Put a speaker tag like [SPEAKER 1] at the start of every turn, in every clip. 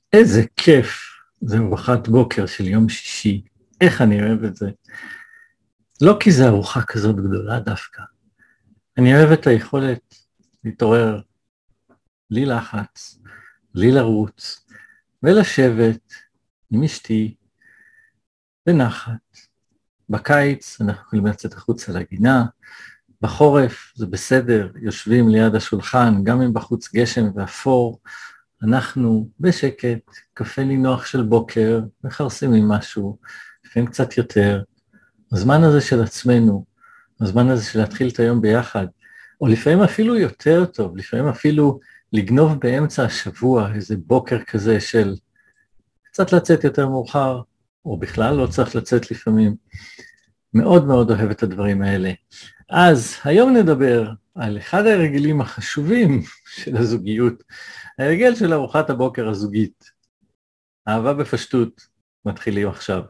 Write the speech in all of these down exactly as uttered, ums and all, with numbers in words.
[SPEAKER 1] איזה כיף, זה ארוחת בוקר של יום שישי, איך אני אוהב את זה. לא כי זה ארוחה כזאת גדולה דווקא, אני אוהב את היכולת להתעורר, בלי לחץ, בלי לרוץ, ולשבת עם אשתי, בנחת. בקיץ אנחנו יכולים לצאת החוצה לגינה, בחורף זה בסדר, יושבים ליד השולחן, גם אם בחוץ גשם ואפור, אנחנו בשקט, קפה נינוח של בוקר, מחרסים עם משהו, לפעמים קצת יותר, הזמן הזה של עצמנו, הזמן הזה של להתחיל את היום ביחד, או לפעמים אפילו יותר טוב, לפעמים אפילו לגנוב באמצע השבוע איזה בוקר כזה של קצת לצאת יותר מאוחר, או בכלל לא צריך לצאת לפעמים, מאוד מאוד אוהב את הדברים האלה. אז היום נדבר על אחד ההרגלים החשובים של הזוגיות, ההרגל של ארוחת הבוקר הזוגית. אהבה בפשטות, מתחילים עכשיו.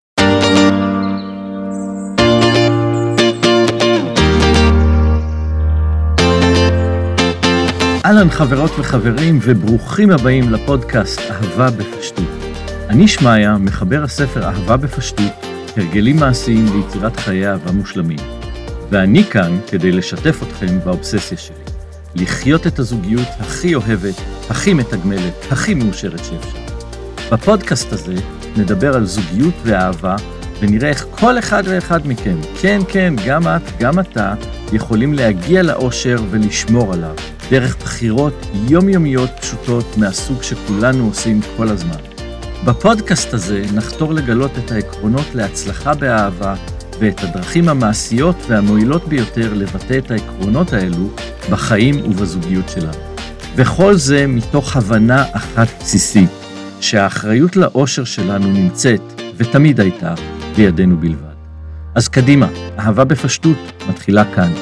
[SPEAKER 1] אהלן חברות וחברים וברוכים הבאים לפודקאסט אהבה בפשטות. אני שמעיה, מחבר הספר אהבה בפשטות, הרגלים מעשיים ליצירת חיי אהבה מושלמים. ואני כאן כדי לשתף אתכם באובססיה שלי. לחיות את הזוגיות הכי אוהבת, הכי מתגמלת, הכי מאושרת שאפשר. בפודקאסט הזה נדבר על זוגיות ואהבה, ונראה איך כל אחד ואחד מכם, כן, כן, גם את, גם אתה, יכולים להגיע לאושר ולשמור עליו, דרך בחירות יומיומיות פשוטות מהסוג שכולנו עושים כל הזמן. בפודקאסט הזה נחתור לגלות את העקרונות להצלחה באהבה, ואת הדרכים המעשיות והמועילות ביותר לבטא את העקרונות האלו בחיים ובזוגיות שלנו. וכל זה מתוך הבנה אחת בסיסית, שהאחריות לאושר שלנו נמצאת, ותמיד הייתה, בידינו בלבד. אז קדימה, אהבה בפשטות מתחילה כאן.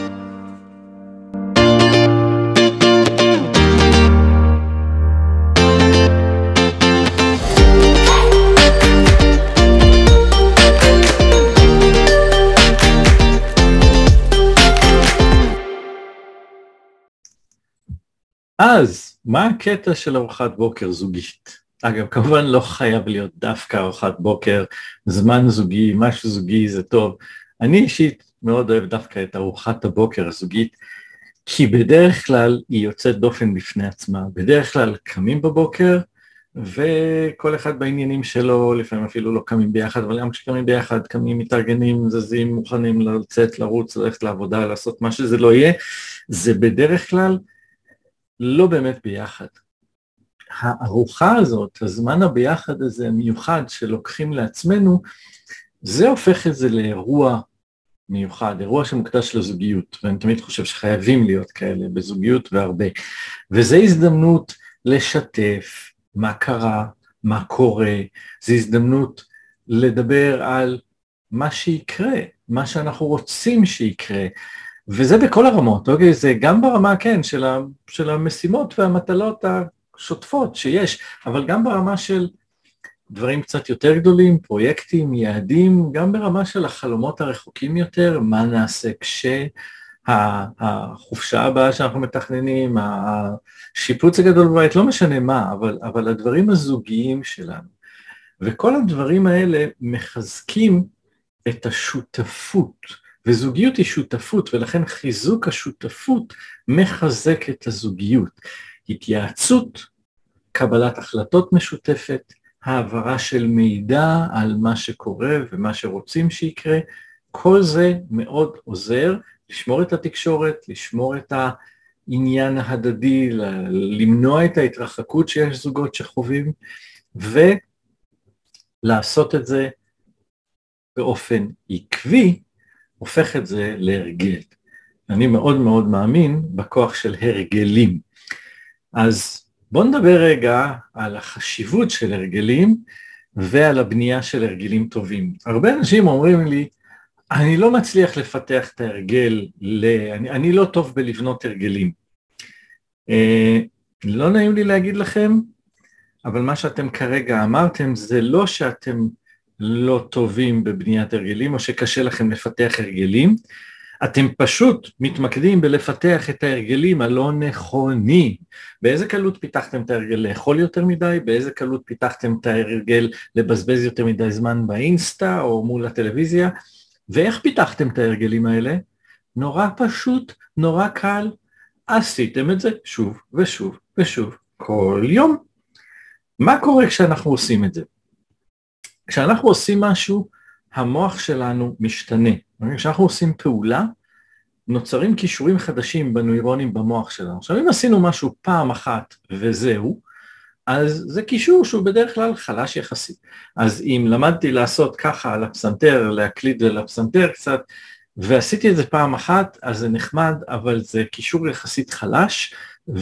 [SPEAKER 1] אז, מה הקטע של ארוחת בוקר זוגית? אגב, כמובן לא חייב להיות דווקא ארוחת בוקר, זמן זוגי, משהו זוגי זה טוב. אני אישית מאוד אוהב דווקא את ארוחת הבוקר הזוגית, כי בדרך כלל היא יוצאת דופן בפני עצמה. בדרך כלל קמים בבוקר, וכל אחד בעניינים שלו, לפעמים אפילו לא קמים ביחד, אבל גם כשקמים ביחד, קמים מתארגנים, זזים, מוכנים לצאת, לרוץ, ללכת לעבודה, לעשות מה שזה לא יהיה. זה בדרך כלל לא באמת ביחד. הארוחה הזאת, הזמן הביחד הזה המיוחד שלוקחים לעצמנו, זה הופך את זה לאירוע מיוחד, אירוע שמוקדש לזוגיות, ואני תמיד חושב שחייבים להיות כאלה בזוגיות והרבה, וזה הזדמנות לשתף מה קרה, מה קורה, זה הזדמנות לדבר על מה שיקרה, מה שאנחנו רוצים שיקרה, וזה בכל הרמות, אוקיי? זה גם ברמה, כן, של, ה, של המשימות והמטלות השוטפות שיש, אבל גם ברמה של דברים קצת יותר גדולים, פרויקטים, יעדים, גם ברמה של החלומות הרחוקים יותר, מה נעשה כשהחופשה הבאה שאנחנו מתכננים, השיפוץ הגדול בבית, לא משנה מה, אבל, אבל הדברים הזוגיים שלנו. וכל הדברים האלה מחזקים את השותפות, וזוגיות היא שותפות, ולכן חיזוק השותפות מחזק את הזוגיות. התייעצות, קבלת החלטות משותפת, העברה של מידע על מה שקורה ומה שרוצים שיקרה, כל זה מאוד עוזר לשמור את התקשורת, לשמור את העניין ההדדי, למנוע את ההתרחקות שיש זוגות שחווים, ולעשות את זה באופן עקבי, הופך את זה להרגל. אני מאוד מאוד מאמין בכוח של הרגלים. אז בואו נדבר רגע על החשיבות של הרגלים ועל הבנייה של הרגלים טובים. הרבה אנשים אומרים לי, אני לא מצליח לפתח את ההרגל, ל... אני, אני לא טוב בלבנות הרגלים. אה, לא נעים לי להגיד לכם, אבל מה שאתם כרגע אמרתם זה לא שאתם לא טובים בבניית הרגלים, או שקשה לכם לפתח הרגלים, אתם פשוט מתמקדים בלפתח את ההרגלים הלא נכונים. באיזה קלות פיתחתם את ההרגל לאכול יותר מדי? באיזה קלות פיתחתם את ההרגל לבזבז יותר מדי זמן באינסטה או מול הטלוויזיה? ואיך פיתחתם את ההרגלים האלה? נורא פשוט, נורא קל. עשיתם את זה שוב ושוב ושוב כל יום. מה קורה כשאנחנו עושים את זה? כשאנחנו עושים משהו, המוח שלנו משתנה. כשאנחנו עושים פעולה, נוצרים קישורים חדשים בנוירונים במוח שלנו. עכשיו, אם עשינו משהו פעם אחת וזהו, אז זה קישור שהוא בדרך כלל חלש יחסית. אז אם למדתי לעשות ככה על הפסנתר, להקליד ולפסנתר קצת, ועשיתי את זה פעם אחת, אז זה נחמד, אבל זה קישור יחסית חלש,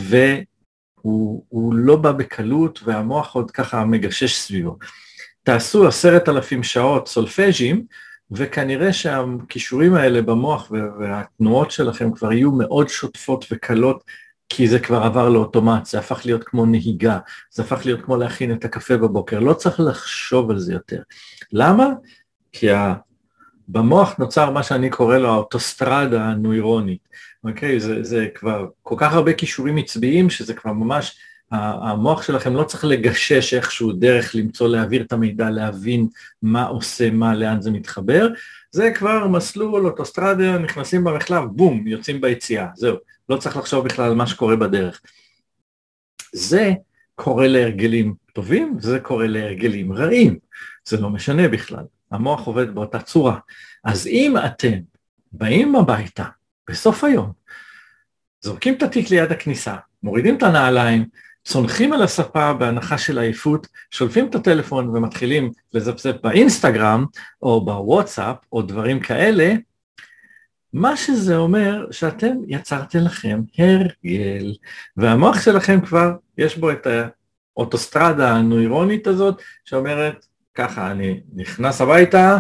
[SPEAKER 1] והוא לא בא בקלות, והמוח עוד ככה מגשש סביבו. תעשו עשרת אלפים שעות סולפג'ים, וכנראה שהכישורים האלה במוח והתנועות שלכם כבר יהיו מאוד שוטפות וקלות, כי זה כבר עבר לאוטומט, זה הפך להיות כמו נהיגה, זה הפך להיות כמו להכין את הקפה בבוקר, לא צריך לחשוב על זה יותר. למה? כי ה... במוח נוצר מה שאני קורא לו האוטוסטרדה הנוירונית, אוקיי? זה, זה כבר כל כך הרבה כישורים עצביים, שזה כבר ממש, המוח שלכם לא צריך לגשש איכשהו דרך למצוא, להעביר את המידע, להבין מה עושה, מה, לאן זה מתחבר, זה כבר מסלול, אוטוסטרדה, נכנסים במחלב, בום, יוצאים ביציאה, זהו, לא צריך לחשוב בכלל על מה שקורה בדרך. זה קורה להרגלים טובים, וזה קורה להרגלים רעים, זה לא משנה בכלל. המוח עובד באותה צורה. אז אם אתם באים הביתה בסוף היום, זורקים את התיק ליד הכניסה, מורידים את הנעליים, צונחים על הספה בהנחה של עייפות, שולפים את הטלפון ומתחילים לזפזפ באינסטגרם או בוואטסאפ או דברים כאלה, מה שזה אומר שאתם יצרתם לכם הרגל, והמוח שלכם כבר יש בו את האוטוסטרדה הנוירונית הזאת שאומרת, ככה, אני נכנס הביתה,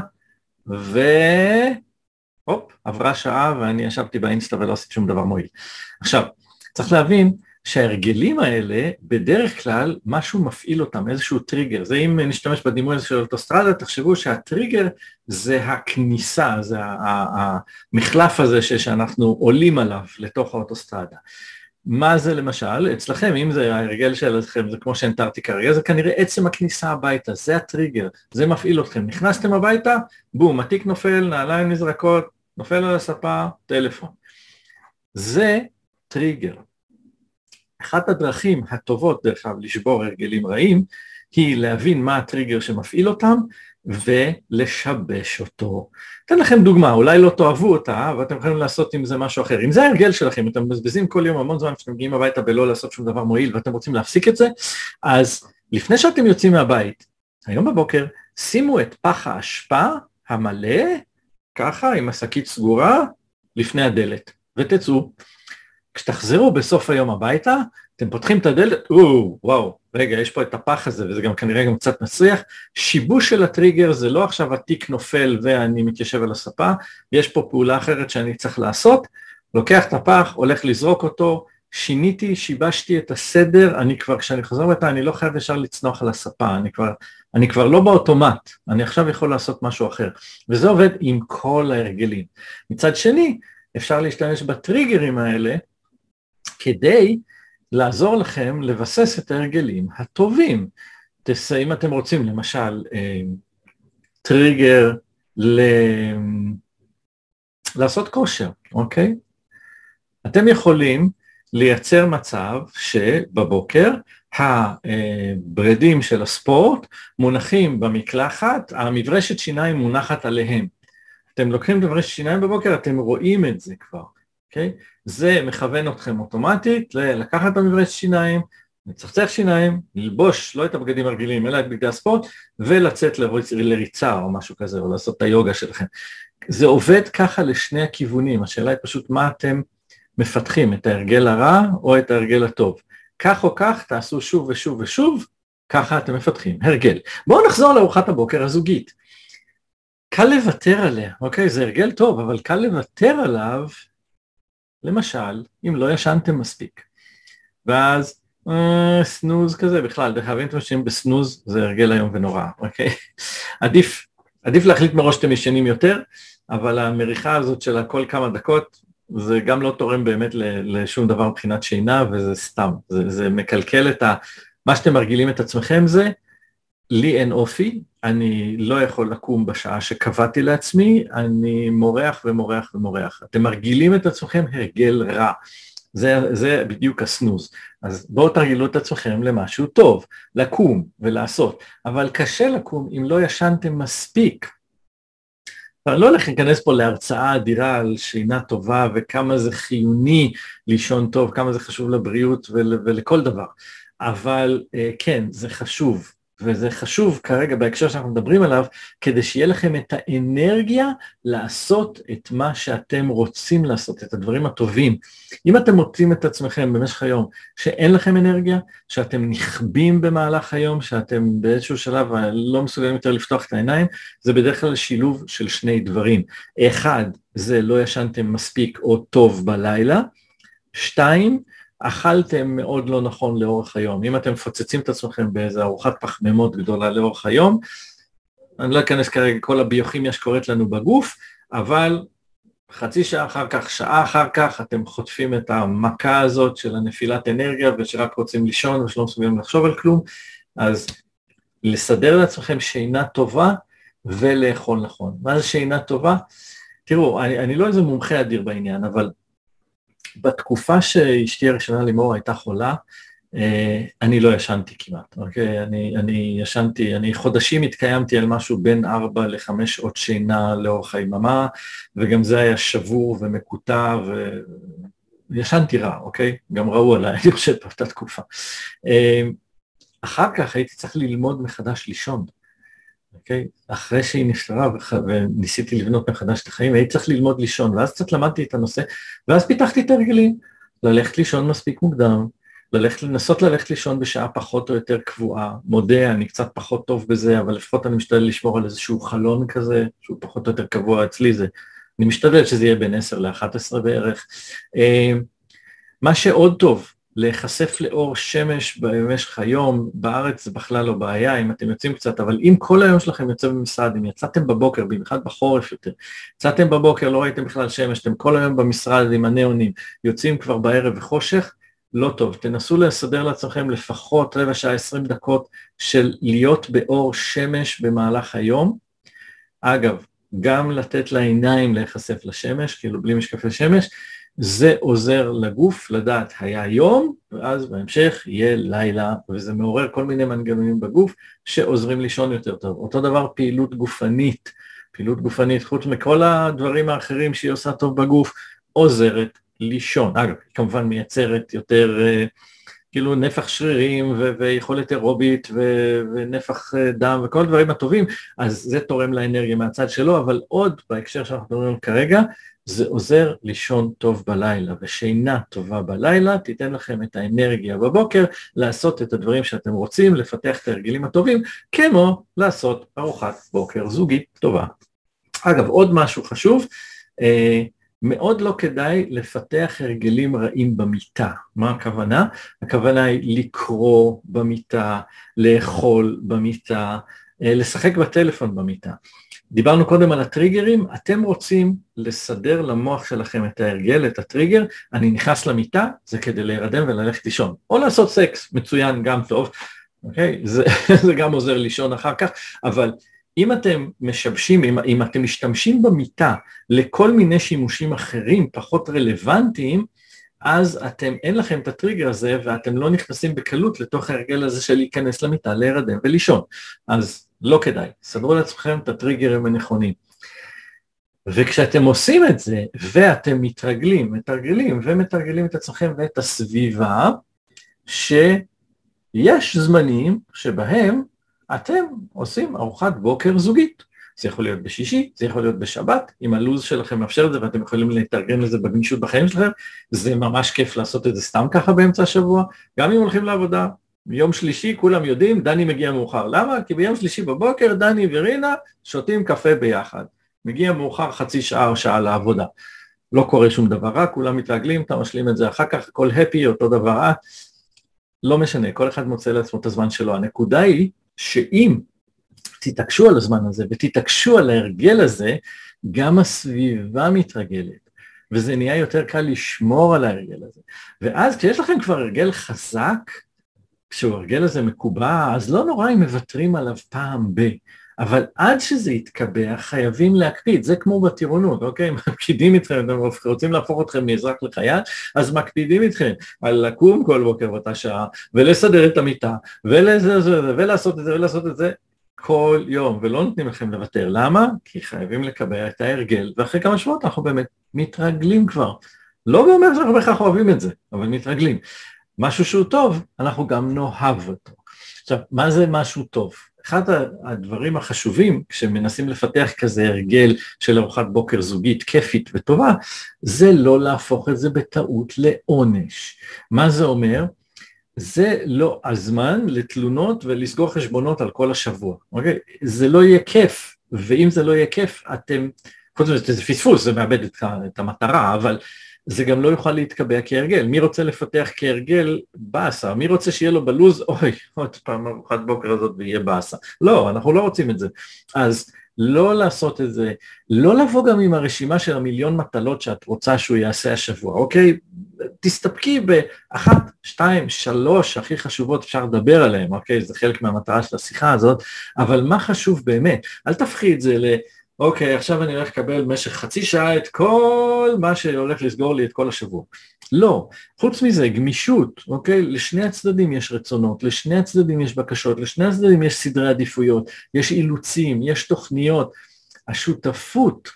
[SPEAKER 1] והופ, עברה שעה ואני ישבתי באינסטה ולא עשיתי שום דבר מועיל. עכשיו, צריך להבין שההרגלים האלה, בדרך כלל, משהו מפעיל אותם, איזשהו טריגר. זה אם נשתמש בדימוי הזה של אוטוסטרדה, תחשבו שהטריגר זה הכניסה, זה המחלף הזה שאנחנו עולים עליו לתוך האוטוסטרדה. מה זה למשל? אצלכם, אם זה ההרגל שלכם, זה כמו שהנתרתי כרגע, זה כנראה עצם הכניסה הביתה, זה הטריגר, זה מפעיל אתכם. נכנסתם הביתה, בום, התיק נופל, נעליים נזרקות, נופל על הספה, טלפון. זה טריגר. אחת הדרכים הטובות, דרך אגב, לשבור הרגלים רעים, היא להבין מה הטריגר שמפעיל אותם, ולשבש אותו. אתן לכם דוגמה, אולי לא תאהבו אותה, ואתם יכולים לעשות עם זה משהו אחר. אם זה ההרגל שלכם, אתם מבזבזים כל יום המון זמן שאתם מגיעים הביתה בלא לעשות שום דבר מועיל, ואתם רוצים להפסיק את זה, אז לפני שאתם יוצאים מהבית, היום בבוקר, שימו את פח האשפה המלא, ככה, עם השקית סגורה, לפני הדלת, ותצאו. כשתחזרו בסוף היום הביתה, אתם פותחים את הדלת, או, וואו, רגע, יש פה את הפח הזה, וזה גם כנראה גם קצת מצריח, שיבוש של הטריגר זה לא עכשיו התיק נופל ואני מתיישב על הספה, יש פה פעולה אחרת שאני צריך לעשות, לוקח את הפח, הולך לזרוק אותו, שיניתי, שיבשתי את הסדר, אני כבר, כשאני חוזר ביתה, אני לא חייב ישר לצנוח על הספה, אני כבר, אני כבר לא באוטומט, אני עכשיו יכול לעשות משהו אחר, וזה עובד עם כל ההרגלים. מצד שני, אפשר להשתמש בטריגרים האלה, כדי לעזור לכם לבסס את ההרגלים הטובים. אם אתם רוצים, למשל, טריגר ל... לעשות כושר, אוקיי? אתם יכולים לייצר מצב שבבוקר הברדים של הספורט מונחים במקלחת, המברשת שיניים מונחת עליהם. אתם לוקחים מברשת שיניים בבוקר, אתם רואים את זה כבר, אוקיי? זה מכוון אתכם אוטומטית לקחת את המברשת שיניים, לצחצח שיניים, ללבוש לא את הבגדים הרגילים, אלא את בגדי הספורט, ולצאת לריצ... לריצה או משהו כזה, או לעשות את היוגה שלכם. זה עובד ככה לשני הכיוונים, השאלה היא פשוט מה אתם מפתחים, את ההרגל הרע או את ההרגל הטוב. כך או כך, תעשו שוב ושוב ושוב, ככה אתם מפתחים, הרגל. בואו נחזור לארוחת הבוקר הזוגית. קל לוותר עליה, אוקיי? זה הרגל טוב, אבל קל לוותר עליו, למשל, אם לא ישנתם מספיק. ואז, אה, סנוז כזה, בכלל, דרך אגב, אם אתם ישנים בסנוז, זה הרגל היום ונורא, אוקיי? עדיף, עדיף להחליט מראש שאתם ישנים יותר, אבל המריחה הזאת של כל כמה דקות, זה גם לא תורם באמת לשום דבר מבחינת שינה, וזה סתם, זה, זה מקלקל את ה... מה שאתם מרגילים את עצמכם זה, לי אין אופי, אני לא יכול לקום בשעה שקבעתי לעצמי, אני מורח ומורח ומורח. אתם מרגילים את עצמכם הרגל רע, זה, זה בדיוק הסנוז. אז בואו תרגלו את עצמכם למשהו טוב, לקום ולעשות, אבל קשה לקום אם לא ישנתם מספיק. אני לא הולך להיכנס פה להרצאה אדירה על שינה טובה וכמה זה חיוני לישון טוב, כמה זה חשוב לבריאות ול, ולכל דבר, אבל כן, זה חשוב. וזה חשוב כרגע בהקשר שאנחנו מדברים עליו, כדי שיהיה לכם את האנרגיה לעשות את מה שאתם רוצים לעשות, את הדברים הטובים. אם אתם מוצאים את עצמכם במשך היום שאין לכם אנרגיה, שאתם נכבים במהלך היום, שאתם באיזשהו שלב לא מסוגלים יותר לפתוח את העיניים, זה בדרך כלל שילוב של שני דברים. אחד, זה לא ישנתם מספיק או טוב בלילה. שתיים, אכלתם מאוד לא נכון לאורך היום. אם אתם מפוצצים את עצמכם באיזו ארוחת פחמימות גדולה לאורך היום, אני לא אכנס כרגע כל הביוכימיה שקורית לנו בגוף, אבל חצי שעה אחר כך, שעה אחר כך, אתם חוטפים את המכה הזאת של הנפילת אנרגיה, ושרק רוצים לישון ושלא מסוגלים לחשוב על כלום. אז לסדר לעצמכם שינה טובה ולאכול נכון. מה זה שינה טובה? תראו, אני, אני לא איזה מומחה אדיר בעניין, אבל בתקופה שאשתי הראשונה לימור הייתה חולה, אני לא ישנתי כמעט, אוקיי? אני, אני ישנתי, אני חודשים התקיימתי על משהו בין ארבע לחמש שעות שינה לאורך היממה, וגם זה היה שבור ומקוטע, וישנתי רע, אוקיי? גם ראו עליי, אני חושב, באותה תקופה. אחר כך הייתי צריך ללמוד מחדש לישון, אוקיי? אחרי שהיא נפטרה וניסיתי לבנות מחדש את החיים, הייתי צריך ללמוד לישון, ואז קצת למדתי את הנושא, ואז פיתחתי את הרגלים, ללכת לישון מספיק מוקדם, ללכת, לנסות ללכת לישון בשעה פחות או יותר קבועה, מודה, אני קצת פחות טוב בזה, אבל לפחות אני משתדל לשמור על איזשהו חלון כזה, שהוא פחות או יותר קבוע אצלי, זה, אני משתדל שזה יהיה בין עשר לאחת עשרה בערך. מה שעוד טוב, להיחשף לאור שמש במשך היום, בארץ זה בכלל לא בעיה, אם אתם יוצאים קצת, אבל אם כל היום שלכם יוצא במשרד, אם יצאתם בבוקר, במיוחד בחורף יותר, יצאתם בבוקר, לא ראיתם בכלל שמש, אתם כל היום במשרד עם הנאונים, יוצאים כבר בערב וחושך, לא טוב, תנסו לסדר לעצמכם לפחות רבע שעה עשרים דקות של להיות באור שמש במהלך היום. אגב, גם לתת לעיניים להיחשף לשמש, כאילו בלי משקפי שמש, זה עוזר לגוף לדעת היה יום, ואז בהמשך יהיה לילה, וזה מעורר כל מיני מנגנונים בגוף שעוזרים לישון יותר טוב. אותו דבר פעילות גופנית, פעילות גופנית, חוץ מכל הדברים האחרים שהיא עושה טוב בגוף, עוזרת לישון. אגב, היא כמובן מייצרת יותר, כאילו נפח שרירים ו- ויכולת אירובית ו- ונפח דם וכל הדברים הטובים, אז זה תורם לאנרגיה מהצד שלו, אבל עוד בהקשר שאנחנו מדברים כרגע, זה עוזר לישון טוב בלילה, ושינה טובה בלילה תיתן לכם את האנרגיה בבוקר לעשות את הדברים שאתם רוצים, לפתח את ההרגלים הטובים, כמו לעשות ארוחת בוקר זוגית טובה. אגב, עוד משהו חשוב, אה, מאוד לא כדאי לפתח הרגלים רעים במיטה. מה הכוונה? הכוונה היא לקרוא במיטה, לאכול במיטה, לשחק בטלפון במיטה. דיברנו קודם על הטריגרים, אתם רוצים לסדר למוח שלכם את ההרגל, את הטריגר, אני נכנס למיטה, זה כדי להירדם וללכת לישון. או לעשות סקס, מצוין, גם טוב, אוקיי? זה, זה גם עוזר לישון אחר כך, אבל אם אתם משבשים, אם, אם אתם משתמשים במיטה לכל מיני שימושים אחרים, פחות רלוונטיים, אז אתם, אין לכם את הטריגר הזה, ואתם לא נכנסים בקלות לתוך ההרגל הזה של להיכנס למיטה, להירדם ולישון. אז לא כדאי, סדרו לעצמכם את הטריגרים הנכונים. וכשאתם עושים את זה, ואתם מתרגלים, מתרגלים ומתרגלים את עצמכם ואת הסביבה, שיש זמנים שבהם אתם עושים ארוחת בוקר זוגית. זה יכול להיות בשישי, זה יכול להיות בשבת, אם הלו"ז שלכם מאפשר את זה ואתם יכולים להתארגן לזה בגמישות בחיים שלכם, זה ממש כיף לעשות את זה סתם ככה באמצע השבוע, גם אם הולכים לעבודה, ביום שלישי כולם יודעים, דני מגיע מאוחר. למה? כי ביום שלישי בבוקר דני ורינה שותים קפה ביחד. מגיע מאוחר חצי שעה או שעה לעבודה. לא קורה שום דבר רע, כולם מתרגלים, אתה משלים את זה אחר כך, הכל הפי, אותו דבר רע. לא משנה, כל אחד מוצא לעצמו את הזמן שלו. הנקודה היא שאם תתעקשו על הזמן הזה ותתעקשו על ההרגל הזה, גם הסביבה מתרגלת, וזה נהיה יותר קל לשמור על ההרגל הזה. ואז כשיש לכם כבר הרגל חזק, כשהוא הרגל הזה מקובע, אז לא נורא אם מוותרים עליו פעם ב, אבל עד שזה יתקבע חייבים להקפיד, זה כמו בטירונות, אוקיי? מקפידים איתכם, אתם רוצים להפוך אתכם מאזרח לחייל, אז מקפידים איתכם על לקום כל בוקר באותה שעה, ולסדר את המיטה, ולעשות את זה ולעשות את זה כל יום, ולא נותנים לכם לוותר. למה? כי חייבים לקבע את ההרגל, ואחרי כמה שבועות אנחנו באמת מתרגלים כבר. לא אומר שאנחנו בכך אוהבים את זה, אבל מתרגלים. משהו שהוא טוב, אנחנו גם נאהב אותו. עכשיו, מה זה משהו טוב? אחד הדברים החשובים, כשמנסים לפתח כזה הרגל של ארוחת בוקר זוגית, כיפית וטובה, זה לא להפוך את זה בטעות לעונש. מה זה אומר? זה לא הזמן לתלונות ולסגור חשבונות על כל השבוע, אוקיי? זה לא יהיה כיף, ואם זה לא יהיה כיף, אתם, קודם כל זה פספוס, זה מאבד את, את המטרה, אבל זה גם לא יוכל להתקבע כהרגל. מי רוצה לפתח כהרגל? באסה. מי רוצה שיהיה לו בלוז? אוי, עוד פעם ארוחת בוקר הזאת ויהיה באסה. לא, אנחנו לא רוצים את זה. אז לא לעשות את זה, לא לבוא גם עם הרשימה של המיליון מטלות שאת רוצה שהוא יעשה השבוע, אוקיי? תסתפקי באחת, שתיים, שלוש, הכי חשובות אפשר לדבר עליהן, אוקיי? זה חלק מהמטרה של השיחה הזאת, אבל מה חשוב באמת? אל תפחי את זה ל... אוקיי, עכשיו אני הולך לקבל במשך חצי שעה את כל מה שהולך לסגור לי את כל השבוע. לא, חוץ מזה, גמישות, אוקיי? לשני הצדדים יש רצונות, לשני הצדדים יש בקשות, לשני הצדדים יש סדרי עדיפויות, יש אילוצים, יש תוכניות. השותפות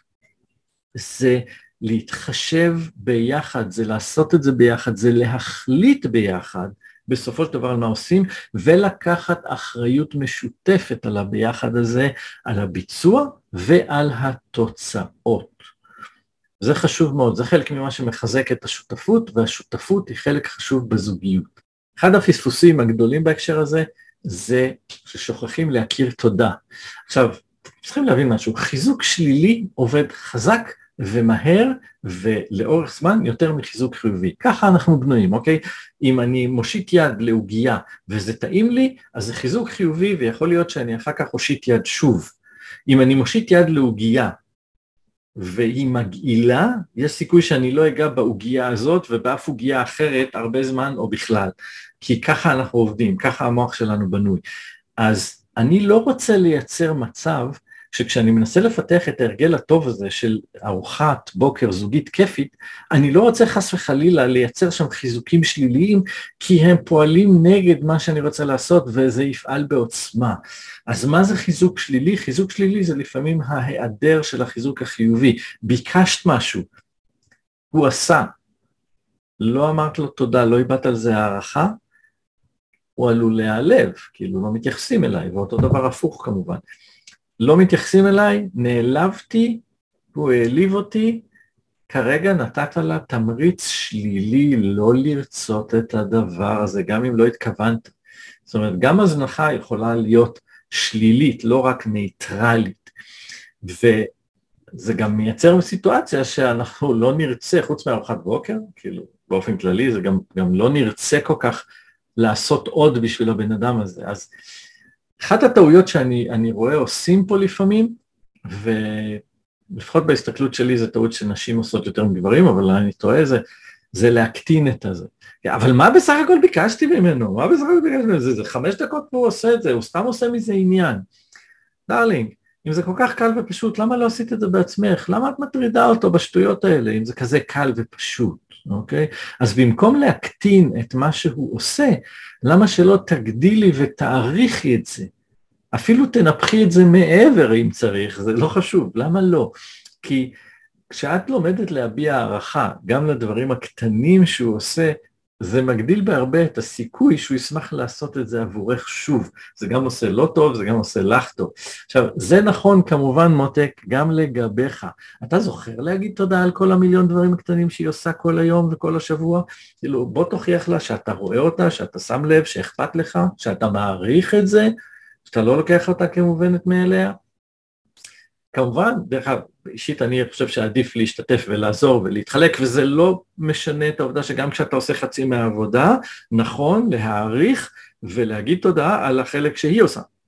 [SPEAKER 1] זה להתחשב ביחד, זה לעשות את זה ביחד, זה להחליט ביחד, בסופו של דבר על מה עושים, ולקחת אחריות משותפת על הביחד הזה, על הביצוע ועל התוצאות. זה חשוב מאוד, זה חלק ממה שמחזק את השותפות, והשותפות היא חלק חשוב בזוגיות. אחד הפספוסים הגדולים בהקשר הזה, זה ששוכחים להכיר תודה. עכשיו, צריכים להבין משהו, חיזוק שלילי עובד חזק, ומהר ולאורך זמן יותר מחיזוק חיובי. ככה אנחנו בנויים, אוקיי? אם אני מושיט יד לעוגיה וזה טעים לי, אז זה חיזוק חיובי ויכול להיות שאני אחר כך מושיט יד שוב. אם אני מושיט יד לעוגיה והיא מגעילה, יש סיכוי שאני לא אגע בעוגיה הזאת ובאף עוגיה אחרת הרבה זמן או בכלל. כי ככה אנחנו עובדים, ככה המוח שלנו בנוי. אז אני לא רוצה לייצר מצב שכשאני מנסה לפתח את ההרגל הטוב הזה של ארוחת בוקר זוגית כיפית, אני לא רוצה חס וחלילה לייצר שם חיזוקים שליליים, כי הם פועלים נגד מה שאני רוצה לעשות, וזה יפעל בעוצמה. אז מה זה חיזוק שלילי? חיזוק שלילי זה לפעמים ההיעדר של החיזוק החיובי. ביקשת משהו, הוא עשה, לא אמרת לו תודה, לא איבדת על זה הערכה, הוא עלול להיעלב, כאילו לא מתייחסים אליי, ואותו דבר הפוך כמובן. לא מתייחסים אליי, נעלבתי, הוא העליב אותי, כרגע נתת לה תמריץ שלילי לא לרצות את הדבר הזה, גם אם לא התכוונת. זאת אומרת, גם הזנחה יכולה להיות שלילית, לא רק נייטרלית. וזה גם מייצר סיטואציה שאנחנו לא נרצה, חוץ מארוחת בוקר, כאילו באופן כללי, זה גם, גם לא נרצה כל כך לעשות עוד בשביל הבן אדם הזה. אז אחת הטעויות שאני אני רואה עושים פה לפעמים, ולפחות בהסתכלות שלי זה טעות שנשים עושות יותר מגברים, אבל אני טועה, זה, זה להקטין את הזה. אבל מה בסך הכל ביקשתי ממנו? מה בסך הכל ביקשתי ממנו? זה, זה חמש דקות פה הוא עושה את זה, הוא סתם עושה מזה עניין. דרלינג, אם זה כל כך קל ופשוט, למה לא עשית את זה בעצמך? למה את מטרידה אותו בשטויות האלה, אם זה כזה קל ופשוט? אוקיי? אז במקום להקטין את מה שהוא עושה, למה שלא תגדילי ותעריכי את זה? אפילו תנפחי את זה מעבר אם צריך, זה לא חשוב, למה לא? כי כשאת לומדת להביע הערכה, גם לדברים הקטנים שהוא עושה, זה מגדיל בהרבה את הסיכוי שהוא ישמח לעשות את זה עבורך שוב. זה גם עושה לא טוב, זה גם עושה לך טוב. עכשיו, זה נכון כמובן מותק, גם לגביך. אתה זוכר להגיד תודה על כל המיליון דברים הקטנים שהיא עושה כל היום וכל השבוע? כאילו, בוא תוכיח לה שאתה רואה אותה, שאתה שם לב, שאכפת לך, שאתה מעריך את זה, שאתה לא לוקח אותה כמובנת מאליה. כמובן, דרך אגב, אישית אני חושב שעדיף להשתתף ולעזור ולהתחלק, וזה לא משנה את העובדה שגם כשאתה עושה חצי מהעבודה, נכון להעריך ולהגיד תודה על החלק שהיא עושה.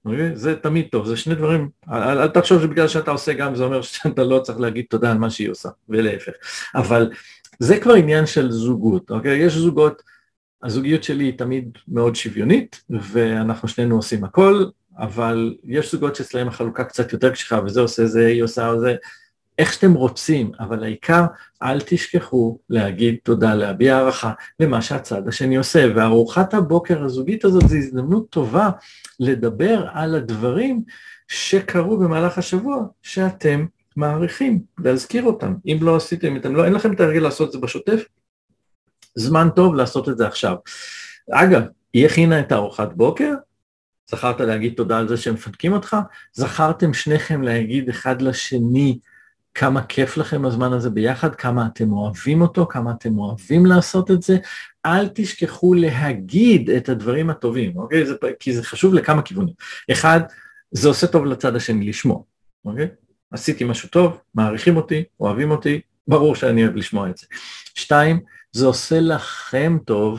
[SPEAKER 1] זה תמיד טוב, זה שני דברים, אל, אל תחשוב שבגלל שאתה עושה גם זה אומר שאתה לא צריך להגיד תודה על מה שהיא עושה, ולהפך. אבל זה כבר עניין של זוגות, אוקיי? יש זוגות, הזוגיות שלי היא תמיד מאוד שוויונית, ואנחנו שנינו עושים הכל, אבל יש זוגות שאצלהם החלוקה קצת יותר קשיחה, וזה עושה זה, היא עושה זה, איך שאתם רוצים, אבל העיקר, אל תשכחו להגיד תודה, להביע הערכה למה שהצד השני עושה, וארוחת הבוקר הזוגית הזאת זו הזדמנות טובה לדבר על הדברים שקרו במהלך השבוע, שאתם מעריכים, להזכיר אותם. אם לא עשיתם, אתם לא, אין לכם את הרגל לעשות את זה בשוטף, זמן טוב לעשות את זה עכשיו. אגב, היא הכינה את הארוחת בוקר, זכרת להגיד תודה על זה שהם מפנקים אותך, זכרתם שניכם להגיד אחד לשני, כמה כיף לכם הזמן הזה ביחד, כמה אתם אוהבים אותו, כמה אתם אוהבים לעשות את זה, אל תשכחו להגיד את הדברים הטובים, אוקיי? זה, כי זה חשוב לכמה כיוונים. אחד, זה עושה טוב לצד השני לשמוע, אוקיי? עשיתי משהו טוב, מעריכים אותי, אוהבים אותי, ברור שאני אוהב לשמוע את זה. שתיים, זה עושה לכם טוב,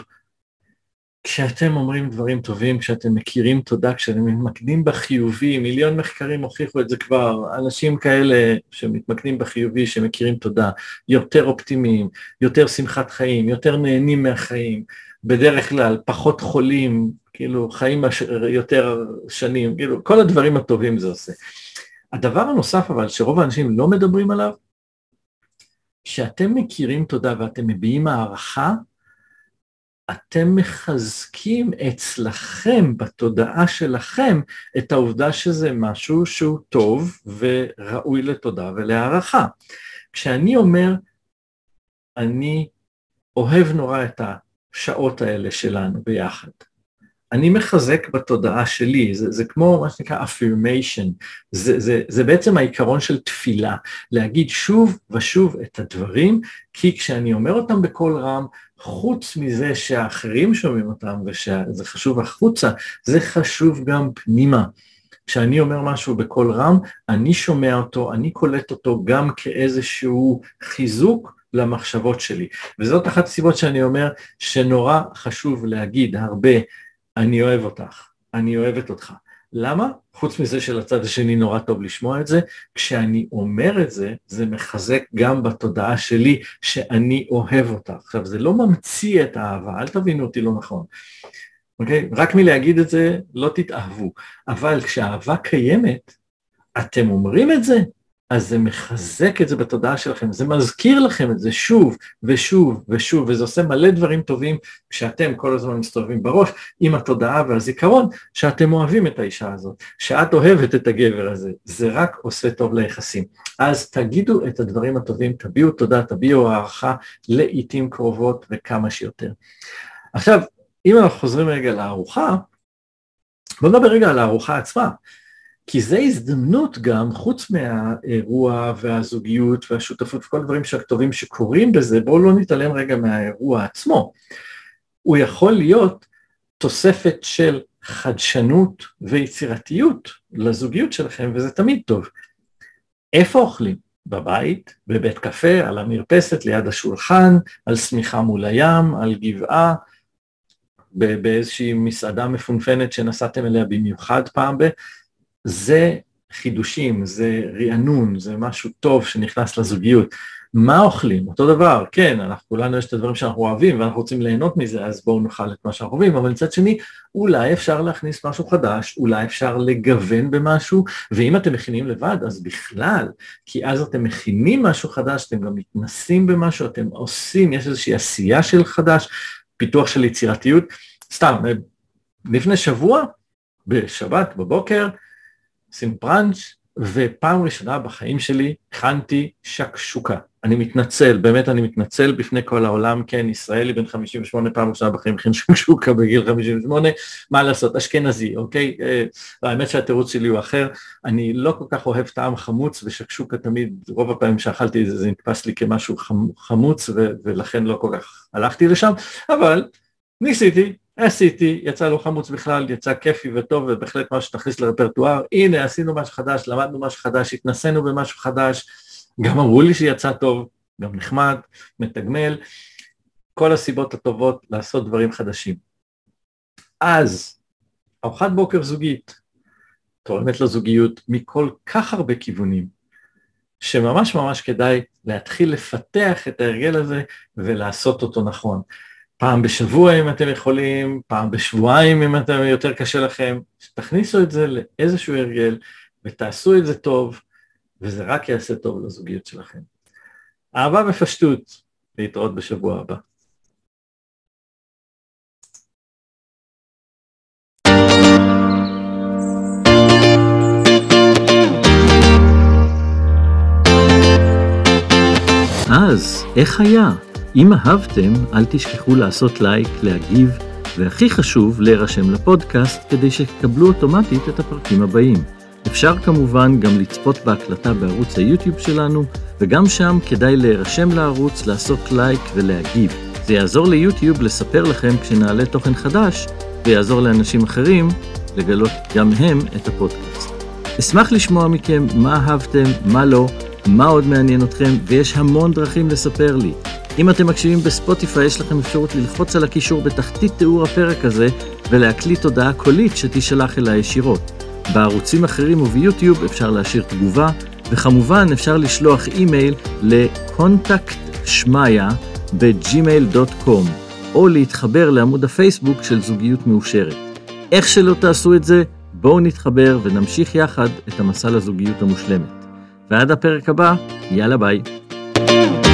[SPEAKER 1] כשאתם אומרים דברים טובים, כשאתם מכירים תודה, כשאתם מתמקדים בחיובי, מיליון מחקרים הוכיחו את זה כבר, אנשים כאלה שמתמקדים בחיובי, שמכירים תודה, יותר אופטימיים, יותר שמחת חיים, יותר נהנים מהחיים, בדרך כלל פחות חולים, כאילו חיים יותר שנים, כאילו כל הדברים הטובים זה עושה. הדבר הנוסף אבל שרוב האנשים לא מדברים עליו, כשאתם מכירים תודה ואתם מביעים הערכה, אתם מחזקים אצלכם, בתודעה שלכם, את העובדה שזה משהו שהוא טוב וראוי לתודה ולהערכה. כשאני אומר, אני אוהב נורא את השעות האלה שלנו ביחד, אני מחזק בתודעה שלי, זה, זה כמו מה שנקרא affirmation, זה, זה, זה בעצם העיקרון של תפילה, להגיד שוב ושוב את הדברים, כי כשאני אומר אותם בקול רם, חוץ מזה שהאחרים שומעים אותם ושזה חשוב החוצה, זה חשוב גם פנימה. כשאני אומר משהו בקול רם, אני שומע אותו, אני קולט אותו גם כאיזשהו חיזוק למחשבות שלי. וזאת אחת הסיבות שאני אומר שנורא חשוב להגיד הרבה, אני אוהב אותך, אני אוהבת אותך. למה? חוץ מזה שלצד השני נורא טוב לשמוע את זה, כשאני אומר את זה, זה מחזק גם בתודעה שלי שאני אוהב אותך. עכשיו, זה לא ממציא את האהבה, אל תבינו אותי לא נכון. אוקיי? רק מלהגיד את זה, לא תתאהבו. אבל כשהאהבה קיימת, אתם אומרים את זה, אז זה מחזק את זה בתודעה שלכם, זה מזכיר לכם את זה שוב ושוב ושוב, וזה עושה מלא דברים טובים כשאתם כל הזמן מסתובבים בראש עם התודעה והזיכרון שאתם אוהבים את האישה הזאת, שאת אוהבת את הגבר הזה, זה רק עושה טוב ליחסים. אז תגידו את הדברים הטובים, תביאו תודה, תביאו הערכה לעתים קרובות וכמה שיותר. עכשיו, אם אנחנו חוזרים רגע לארוחה, בואו נדבר רגע על הארוחה עצמה, כי זה הזדמנות גם, חוץ מהאירוע והזוגיות והשותפות וכל דברים שהטובים שקורים בזה, בואו לא נתעלם רגע מהאירוע עצמו. הוא יכול להיות תוספת של חדשנות ויצירתיות לזוגיות שלכם, וזה תמיד טוב. איפה אוכלים? בבית, בבית קפה, על המרפסת, ליד השולחן, על סמיכה מול הים, על גבעה, באיזושהי מסעדה מפונפנת שנסעתם אליה במיוחד פעם ב... זה חידושים, זה רענון, זה משהו טוב שנכנס לזוגיות. מה אוכלים? אותו דבר, כן, אנחנו כולנו יש את הדברים שאנחנו אוהבים, ואנחנו רוצים ליהנות מזה, אז בואו נאכל את מה שאנחנו אוהבים, אבל מצד שני, אולי אפשר להכניס משהו חדש, אולי אפשר לגוון במשהו, ואם אתם מכינים לבד, אז בכלל, כי אז אתם מכינים משהו חדש, אתם גם מתנסים במשהו, אתם עושים, יש איזושהי עשייה של חדש, פיתוח של יצירתיות. סתם, לפני שבוע, בשבת, בבוקר, עשינו פרנץ', ופעם ראשונה בחיים שלי הכנתי שקשוקה. אני מתנצל, באמת אני מתנצל בפני כל העולם, כן, ישראלי בן חמישים ושמונה, פעם ראשונה בחיים הכין שקשוקה בגיל חמישים ושמונה, מה לעשות, אשכנזי, אוקיי? האמת שהתירוץ שלי הוא אחר, אני לא כל כך אוהב טעם חמוץ, ושקשוקה תמיד, רוב הפעמים שאכלתי את זה, זה נתפס לי כמשהו חמוץ, ולכן לא כל כך הלכתי לשם, אבל ניסיתי, עשיתי, יצא לא חמוץ בכלל, יצא כיפי וטוב, ובהחלט משהו שתכניס לרפרטואר, הנה עשינו משהו חדש, למדנו משהו חדש, התנסינו במשהו חדש, גם אמרו לי שיצא טוב, גם נחמד, מתגמל, כל הסיבות הטובות לעשות דברים חדשים. אז, ארוחת בוקר זוגית, תורמת לזוגיות מכל כך הרבה כיוונים, שממש ממש כדאי להתחיל לפתח את ההרגל הזה ולעשות אותו נכון. פעם בשבוע אם אתם יכולים, פעם בשבועיים אם אתם יותר קשה לכם, תכניסו את זה לאיזשהו הרגל ותעשו את זה טוב, וזה רק יעשה טוב לזוגיות שלכם. אהבה בפשטות, להתראות בשבוע הבא.
[SPEAKER 2] אז, איך היה? אם אהבתם, אל תשכחו לעשות לייק, להגיב, והכי חשוב, להירשם לפודקאסט כדי שתקבלו אוטומטית את הפרקים הבאים. אפשר כמובן גם לצפות בהקלטה בערוץ היוטיוב שלנו, וגם שם כדאי להירשם לערוץ, לעשות לייק ולהגיב. זה יעזור ליוטיוב לספר לכם כשנעלה תוכן חדש, ויעזור לאנשים אחרים לגלות גם הם את הפודקאסט. אשמח לשמוע מכם מה אהבתם, מה לא, מה עוד מעניין אתכם, ויש המון דרכים לספר לי. אם אתם מקשיבים בספוטיפיי, יש לכם אפשרות ללחוץ על הקישור בתחתית תיאור הפרק הזה, ולהקליט הודעה קולית שתשלח אליי ישירות. בערוצים אחרים וביוטיוב אפשר להשאיר תגובה, וכמובן אפשר לשלוח אימייל לקונטקט שמיה בג'ימייל דוט קום, או להתחבר לעמוד הפייסבוק של זוגיות מאושרת. איך שלא תעשו את זה, בואו נתחבר ונמשיך יחד את המסע לזוגיות המושלמת. ועד הפרק הבא, יאללה ביי.